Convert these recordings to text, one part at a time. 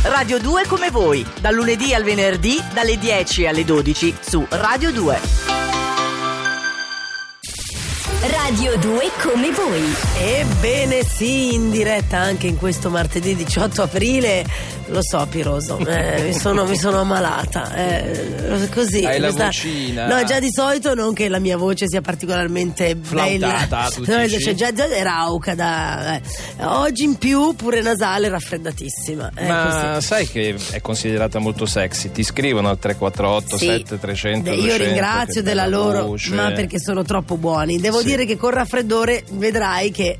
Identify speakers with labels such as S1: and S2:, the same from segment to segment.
S1: Radio 2 come voi, dal lunedì al venerdì, dalle 10 alle 12 su Radio 2.
S2: Radio 2 come voi.
S3: Ebbene sì, in diretta anche in questo martedì 18 aprile. Lo so, Piroso, mi sono ammalata. Così.
S4: Hai la vocina.
S3: No, già di solito non che la mia voce sia particolarmente
S4: flautata,
S3: bella. Cioè, già era rauca oggi in più pure nasale, raffreddatissima.
S4: Ma
S3: così.
S4: sai che è considerata molto sexy? Ti scrivono al 348
S3: sì.
S4: 7300
S3: Io
S4: 200,
S3: ringrazio della loro
S4: voce.
S3: ma perché sono troppo buoni. Devo
S4: Sì.
S3: dire che con raffreddore vedrai che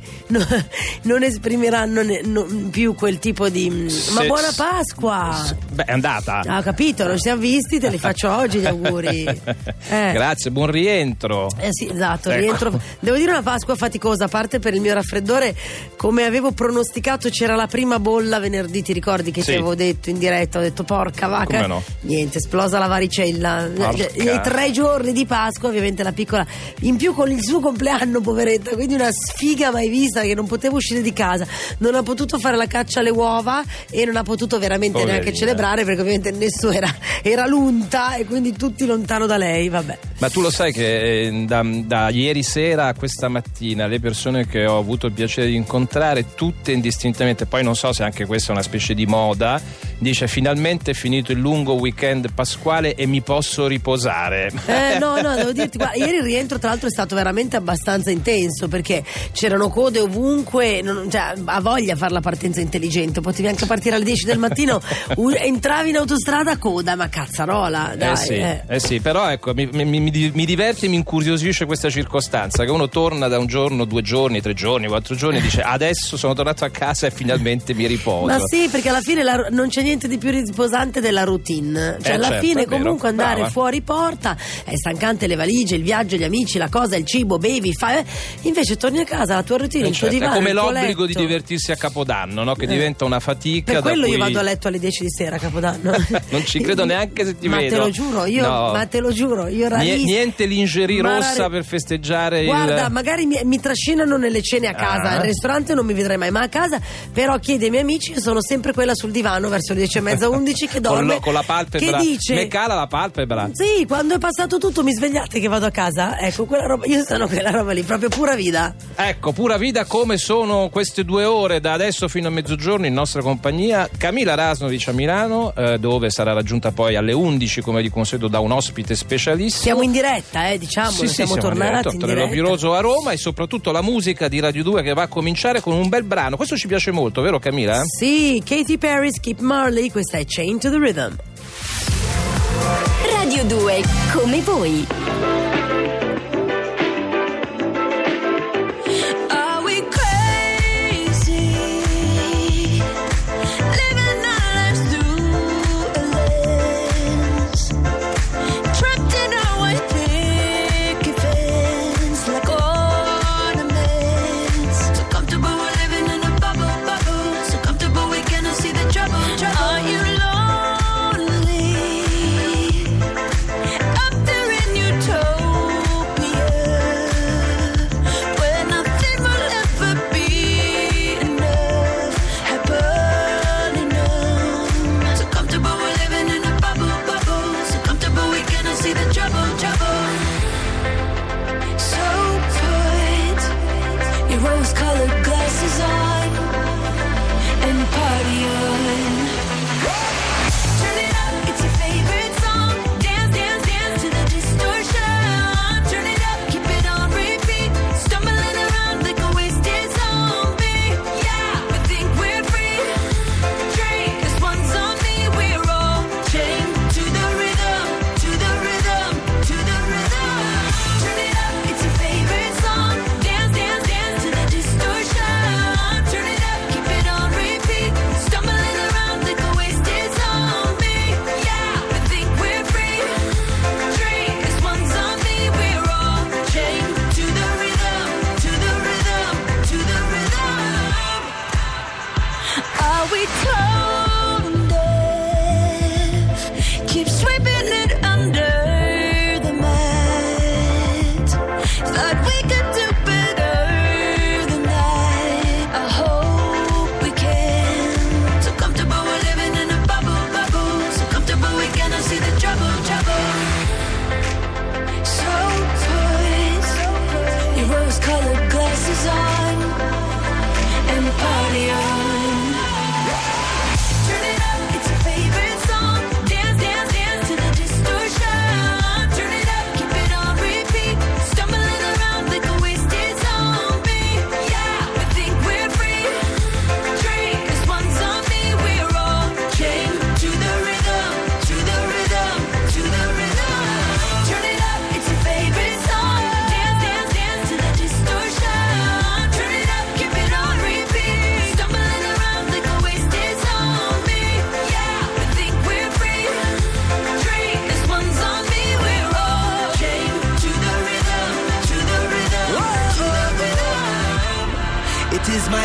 S3: non esprimeranno più quel tipo di ma buona Pasqua.
S4: Beh, è andata.
S3: Ho capito, non ci siamo visti, te li faccio oggi gli auguri.
S4: Grazie, buon rientro.
S3: Sì, esatto,
S4: Ecco.
S3: rientro. Devo dire una Pasqua faticosa, a parte per il mio raffreddore, come avevo pronosticato c'era la prima bolla venerdì, ti ricordi che
S4: Sì.
S3: ti avevo detto in diretta, ho detto porca vacca.
S4: Come no?
S3: Niente, esplosa la varicella.
S4: Porca.
S3: I 3 giorni di Pasqua, ovviamente la piccola, in più con il suo compleanno, poveretta, quindi una sfiga mai vista, che non potevo uscire di casa, non ha potuto fare la caccia alle uova e non ha potuto veramente
S4: Poverina.
S3: neanche celebrare, perché ovviamente nessuno era lunta e quindi tutti lontano da lei, vabbè.
S4: Ma tu lo sai che da ieri sera a questa mattina le persone che ho avuto il piacere di incontrare, tutte indistintamente, poi non so se anche questa è una specie di moda, dice finalmente è finito il lungo weekend pasquale e mi posso riposare.
S3: No, devo dirti, guarda, ieri il rientro tra l'altro è stato veramente abbastanza intenso, perché c'erano code ovunque, cioè, ha voglia fare la partenza intelligente, potevi anche partire alle 10 del mattino, entravi in autostrada, coda, ma cazzarola, dai.
S4: Sì, però ecco, mi diverte e mi incuriosisce questa circostanza, che uno torna da un giorno, 2 giorni, 3 giorni, 4 giorni e dice adesso sono tornato a casa e finalmente mi riposo.
S3: Ma sì, perché alla fine non c'è niente di più riposante della routine, cioè alla
S4: certo,
S3: fine
S4: è vero.
S3: comunque andare
S4: Brava.
S3: fuori porta è stancante, le valigie, il viaggio, gli amici, la cosa, il cibo, bevi, invece torni a casa, la tua routine, il tuo
S4: Certo,
S3: divano,
S4: è come
S3: il tuo
S4: l'obbligo di
S3: letto.
S4: divertirsi a Capodanno, no? Che diventa una fatica.
S3: Per quello
S4: da cui...
S3: io vado a letto alle 10 di sera a Capodanno.
S4: Non ci credo neanche se ti
S3: ma
S4: vedo.
S3: te lo giuro, io rarissimo.
S4: Niente lingerie rossa per festeggiare.
S3: Guarda, magari mi trascinano nelle cene a casa, al ristorante non mi vedrai mai, ma a casa però chiede ai miei amici, io sono sempre quella sul divano verso le 10:30, 11 che dorme
S4: con la palpebra,
S3: che dice
S4: me cala la palpebra.
S3: sì, quando è passato tutto mi svegliate che vado a casa, ecco quella roba, io sono quella roba lì, proprio pura vita.
S4: Ecco, pura vita, come sono queste 2 ore da adesso fino a mezzogiorno in nostra compagnia. Camila Rasnovic a Milano, dove sarà raggiunta poi alle 11 come di consueto da un ospite specialissimo.
S3: Siamo in diretta, diciamo, siamo tornati in diretta.
S4: Piroso a Roma, e soprattutto la musica di Radio 2 che va a cominciare con un bel brano. Questo ci piace molto, vero Camila?
S3: Sì, Katy Perry, Skip Marley, questa è Chained to the Rhythm.
S2: Radio 2 come voi.
S5: Up there in your toes.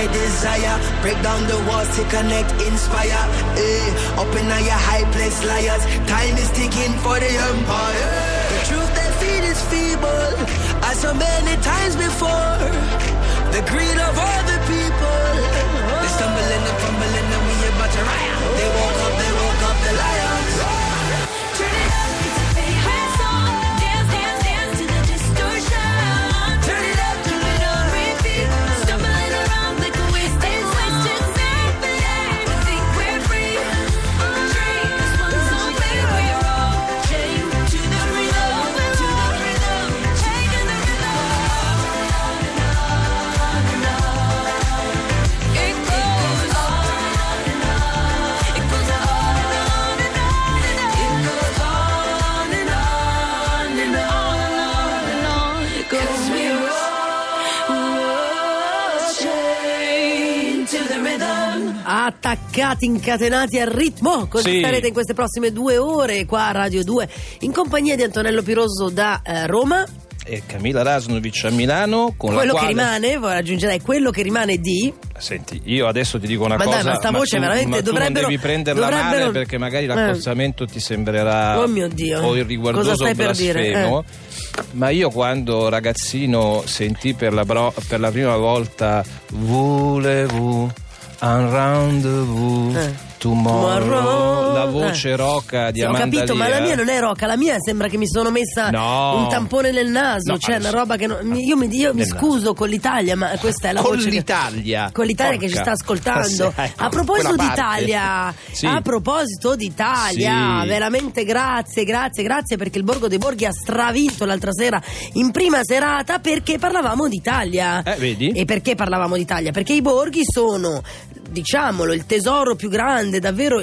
S5: my desire. Break down the walls to connect, inspire. Up in your high place, liars. Time is ticking for the empire. The truth they feed is feeble, as so many times before. The greed of all the people. They stumbling and fumbling and we about to riot. They woke up the lions.
S6: Turn it up, it's a favorite song. Dance, dance, dance to the distortion. Turn it up, keep it on repeat. Stumbling around like a wasted night. We think we're free. Dream this one song, baby, we're all chained to the rhythm, to the rhythm, chained to the rhythm. It goes on and on. It goes on and on and on. It goes on and on and on and on. It goes. 'Cause we're all chained to the rhythm.
S3: Attaccati, incatenati al ritmo. Così
S4: Sì.
S3: starete in queste prossime 2 ore qua a Radio 2 in compagnia di Antonello Piroso da Roma.
S4: E Camilla Rasnovic a Milano, con
S3: Quello
S4: la
S3: che
S4: quale...
S3: rimane, vorrei aggiungere, quello che rimane di...
S4: Senti, io adesso ti dico una
S3: Ma
S4: cosa,
S3: dai, ma sta voce
S4: tu,
S3: veramente
S4: ma tu non
S3: dovrebbero-
S4: devi prenderla male,
S3: dovrebbero-
S4: perché magari l'accostamento ti sembrerà
S3: Oh mio Dio.
S4: o irriguardoso
S3: Cosa stai
S4: o
S3: per dire?
S4: blasfemo. Ma io quando ragazzino sentì per la prima volta Voulez-vous un rendezvous tomorrow, la voce roca di
S3: Sì, ho
S4: Amanda
S3: capito, ma la
S4: Lear.
S3: mia non è roca, la mia sembra che mi sono messa
S4: No.
S3: un tampone nel naso,
S4: No,
S3: cioè
S4: adesso-
S3: una roba che io mi
S4: Nel
S3: scuso con l'Italia, ma questa è la
S4: Con
S3: voce che-
S4: l'Italia.
S3: con l'Italia che ci
S4: Porca.
S3: sta ascoltando.
S4: Sì, ecco,
S3: A proposito
S4: quella parte.
S3: d'Italia,
S4: Sì.
S3: a proposito d'Italia,
S4: Sì.
S3: veramente grazie perché il Borgo dei Borghi ha stravinto l'altra sera in prima serata perché parlavamo d'Italia.
S4: Vedi?
S3: E perché parlavamo d'Italia? Perché i borghi sono, diciamolo, il tesoro più grande, davvero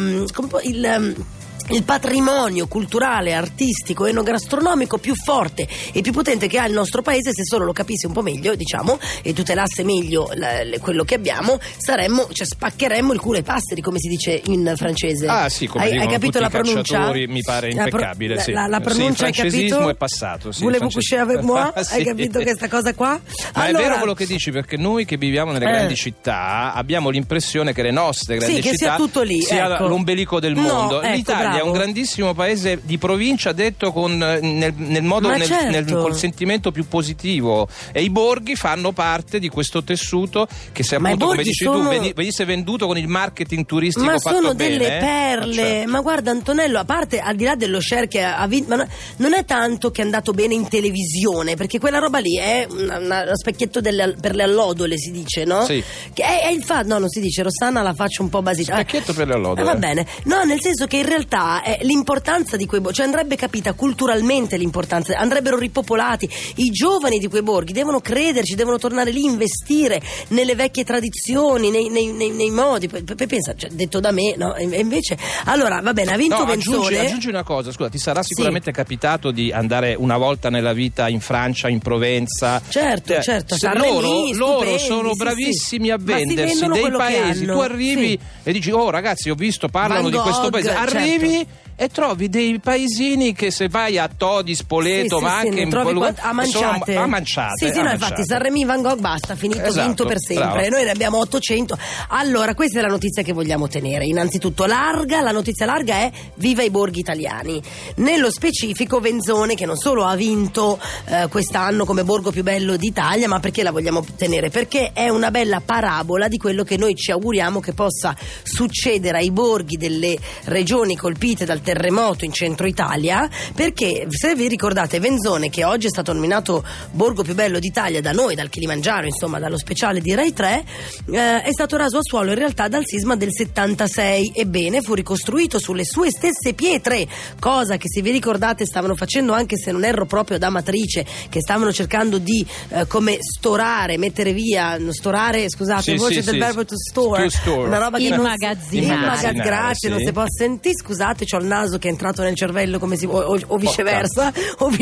S3: il patrimonio culturale, artistico, enogastronomico più forte e più potente che ha il nostro paese. Se solo lo capisse un po' meglio, diciamo, e tutelasse meglio quello che abbiamo, spaccheremmo il culo ai passeri, come si dice in francese.
S4: Ah sì, come
S3: hai
S4: dicono
S3: capito
S4: tutti
S3: la
S4: i
S3: pronuncia?
S4: cacciatori, mi pare impeccabile, sì.
S3: La
S4: Sì,
S3: pronuncia,
S4: il
S3: hai capito?
S4: francesismo è passato, sì.
S3: Voulez-vous coucher avec moi?
S4: Sì.
S3: Hai capito questa cosa qua?
S4: Ma
S3: Allora,
S4: è vero quello che dici, perché noi che viviamo nelle grandi città abbiamo l'impione che le nostre grandi
S3: che
S4: città
S3: sia tutto lì,
S4: sia
S3: ecco.
S4: l'ombelico del
S3: No,
S4: mondo.
S3: ecco,
S4: L'Italia è
S3: bravo.
S4: un grandissimo paese di provincia, detto con nel modo
S3: Ma certo.
S4: col sentimento più positivo, e i borghi fanno parte di questo tessuto che, se
S3: Ma i
S4: appunto, come
S3: borghi
S4: dici
S3: sono-
S4: tu, venisse venduto con il marketing turistico
S3: ma
S4: fatto
S3: sono
S4: bene.
S3: delle perle,
S4: Cioè,
S3: ma guarda Antonello, a parte, al di là dello share che ha vinto, ma non è tanto che è andato bene in televisione, perché quella roba lì è uno specchietto per le allodole, si dice, no?
S4: Sì.
S3: Che è il fatto, no, non si dice, Rossana la faccio un po' basita.
S4: Specchietto per le allodole.
S3: Va bene, no, nel senso che in realtà l'importanza di quei borghi, cioè andrebbe capita culturalmente l'importanza, andrebbero ripopolati, i giovani di quei borghi devono crederci, devono tornare lì, investire nelle vecchie tradizioni, nei modi. Pensa, cioè, detto da me, no? E invece, allora, va bene, ha vinto
S4: No,
S3: Venzone.
S4: aggiungi una cosa, scusa, ti sarà sicuramente capitato di andare una volta nella vita in Francia, in Provenza.
S3: Certo, certo, Sanremo,
S4: loro
S3: stupendi,
S4: sono
S3: sì,
S4: bravissimi
S3: sì.
S4: a
S3: Ma si
S4: vendersi
S3: vendono
S4: dei
S3: quello che
S4: paesi.
S3: hanno,
S4: Tu arrivi
S3: sì.
S4: e dici: oh ragazzi, ho visto, parlano
S3: Van
S4: di questo
S3: Gogh,
S4: paese.
S3: certo.
S4: Arrivi e trovi dei paesini che, se vai a Todi, Spoleto,
S3: Sì,
S4: ma
S3: sì,
S4: anche
S3: ne
S4: in
S3: trovi
S4: quel
S3: a manciate.
S4: a manciate.
S3: Sì, no, infatti Sanremo, Van Gogh, basta, finito,
S4: Esatto,
S3: vinto per sempre.
S4: bravo.
S3: Noi ne abbiamo 800. Allora, questa è la notizia che vogliamo tenere. Innanzitutto la notizia larga è: viva i borghi italiani. Nello specifico Venzone, che non solo ha vinto quest'anno come borgo più bello d'Italia, ma perché la vogliamo tenere? Perché è una bella parabola di quello che noi ci auguriamo che possa succedere ai borghi delle regioni colpite dal terremoto in centro Italia, perché se vi ricordate Venzone, che oggi è stato nominato borgo più bello d'Italia da noi, dal Kilimangiaro, insomma dallo speciale di Rai 3, è stato raso a suolo in realtà dal sisma del 76. Ebbene, fu ricostruito sulle sue stesse pietre, cosa che, se vi ricordate, stavano facendo, anche se non erro proprio da Amatrice, che stavano cercando di come storare, mettere via, storare, scusate,
S4: Sì,
S3: voce
S4: sì,
S3: del
S4: sì.
S3: verbo to store,
S4: To store.
S3: una roba che non
S2: Immagazzinare.
S3: grazie,
S4: Immagazzinare,
S3: non
S4: sì.
S3: si può sentire, scusate, c'ho il naso naso che è entrato nel cervello, come si o viceversa,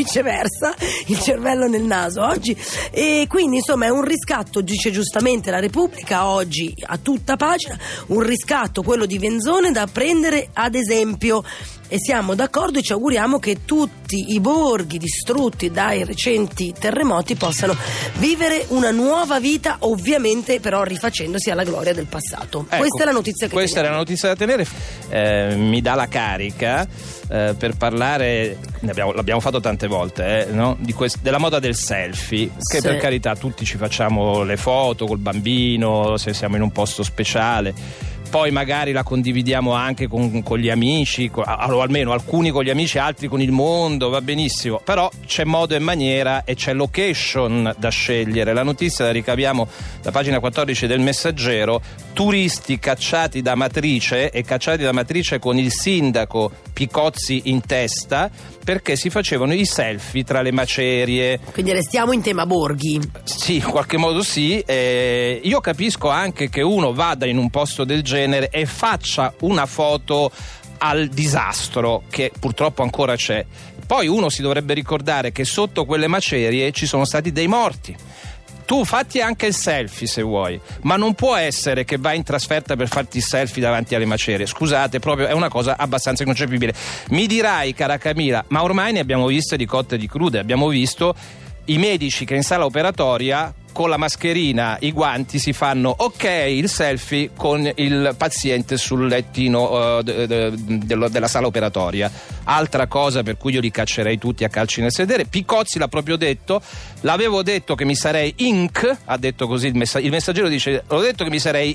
S3: il cervello nel naso oggi. E quindi insomma è un riscatto, dice giustamente la Repubblica oggi a tutta pagina, un riscatto, quello di Venzone, da prendere ad esempio. E siamo d'accordo e ci auguriamo che tutti i borghi distrutti dai recenti terremoti possano vivere una nuova vita, ovviamente però rifacendosi alla gloria del passato.
S4: Ecco,
S3: questa è la notizia che
S4: questa
S3: teniamo.
S4: era la notizia da tenere. Mi dà la carica per parlare, l'abbiamo fatto tante volte, no? Della moda del selfie, che
S3: Sì.
S4: per carità tutti ci facciamo le foto col bambino se siamo in un posto speciale. Poi magari la condividiamo anche con gli amici, o almeno alcuni con gli amici, altri con il mondo, va benissimo. Però c'è modo e maniera e c'è location da scegliere. La notizia la ricaviamo da pagina 14 del Messaggero. Turisti cacciati da Matrice, e cacciati da Matrice con il sindaco Picozzi in testa, perché si facevano i selfie tra le macerie.
S3: Quindi restiamo in tema borghi.
S4: Sì, in qualche modo sì. Io capisco anche che uno vada in un posto del genere e faccia una foto al disastro, che purtroppo ancora c'è. Poi uno si dovrebbe ricordare che sotto quelle macerie ci sono stati dei morti. Tu fatti anche il selfie se vuoi, ma non può essere che vai in trasferta per farti il selfie davanti alle macerie. Scusate, proprio è una cosa abbastanza inconcepibile. Mi dirai, cara Camilla, ma ormai ne abbiamo viste di cotte e di crude. Abbiamo visto i medici che in sala operatoria con la mascherina, i guanti, si fanno il selfie con il paziente sul lettino della sala operatoria. Altra cosa per cui io li caccerei tutti a calci nel sedere. Picozzi l'ha proprio detto, l'avevo detto che mi sarei ha detto così il Messaggero, dice l'ho detto che mi sarei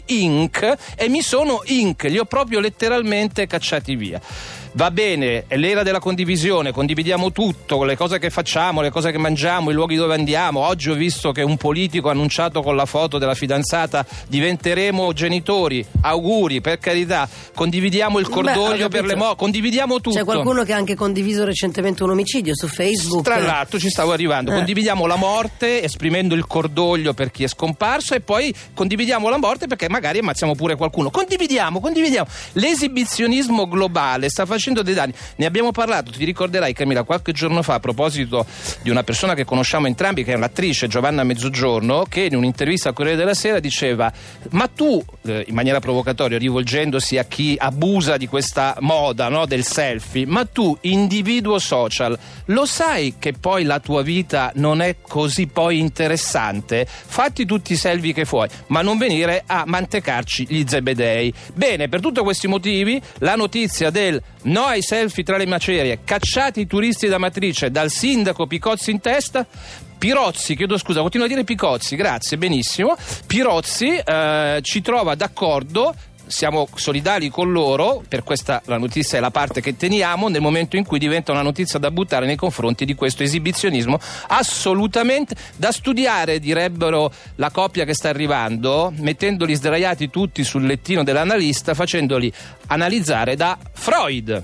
S4: e mi sono li ho proprio letteralmente cacciati via. Va bene, è l'era della condivisione, condividiamo tutto, le cose che facciamo, le cose che mangiamo, i luoghi dove andiamo. Oggi ho visto che un politico ha annunciato con la foto della fidanzata: diventeremo genitori, auguri, per carità, condividiamo il cordoglio per le condividiamo tutto.
S3: C'è qualcuno che ha anche condiviso recentemente un omicidio su Facebook.
S4: Tra l'altro ci stavo arrivando, condividiamo la morte esprimendo il cordoglio per chi è scomparso, e poi condividiamo la morte perché magari ammazziamo pure qualcuno. Condividiamo. L'esibizionismo globale sta facendo dei danni. Ne abbiamo parlato, ti ricorderai Camilla, qualche giorno fa, a proposito di una persona che conosciamo entrambi, che è l'attrice Giovanna Mezzogiorno, che in un'intervista al Corriere della Sera diceva: ma tu, in maniera provocatoria, rivolgendosi a chi abusa di questa moda, no, del selfie, ma tu, individuo social, lo sai che poi la tua vita non è così poi interessante? Fatti tutti i selfie che vuoi, ma non venire a mantecarci gli zebedei. Bene, per tutti questi motivi la notizia del no ai selfie tra le macerie, cacciati i turisti da Matrice dal sindaco Picozzi in testa. Pirozzi, chiedo scusa, continuo a dire Picozzi, grazie, benissimo. Pirozzi ci trova d'accordo. Siamo solidali con loro, per questa la notizia è la parte che teniamo, nel momento in cui diventa una notizia da buttare nei confronti di questo esibizionismo assolutamente da studiare, direbbero la coppia che sta arrivando, mettendoli sdraiati tutti sul lettino dell'analista, facendoli analizzare da Freud.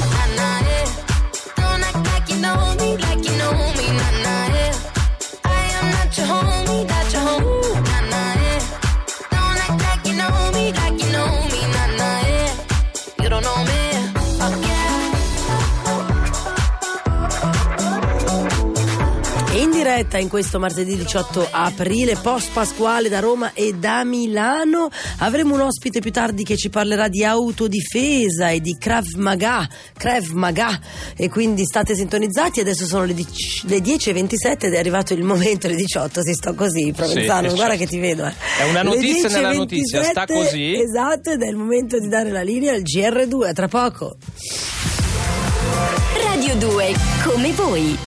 S3: In diretta in questo martedì 18 aprile, post pasquale, da Roma e da Milano. Avremo un ospite più tardi che ci parlerà di autodifesa e di Krav Maga, e quindi state sintonizzati. Adesso sono le 10:27 ed è arrivato il momento, le 18, si sto così, Provenzano,
S4: Sì,
S3: guarda che ti vedo.
S4: È una notizia nella notizia, sta così.
S3: Esatto, ed è il momento di dare la linea al GR2, a tra poco.
S2: Radio 2, come voi.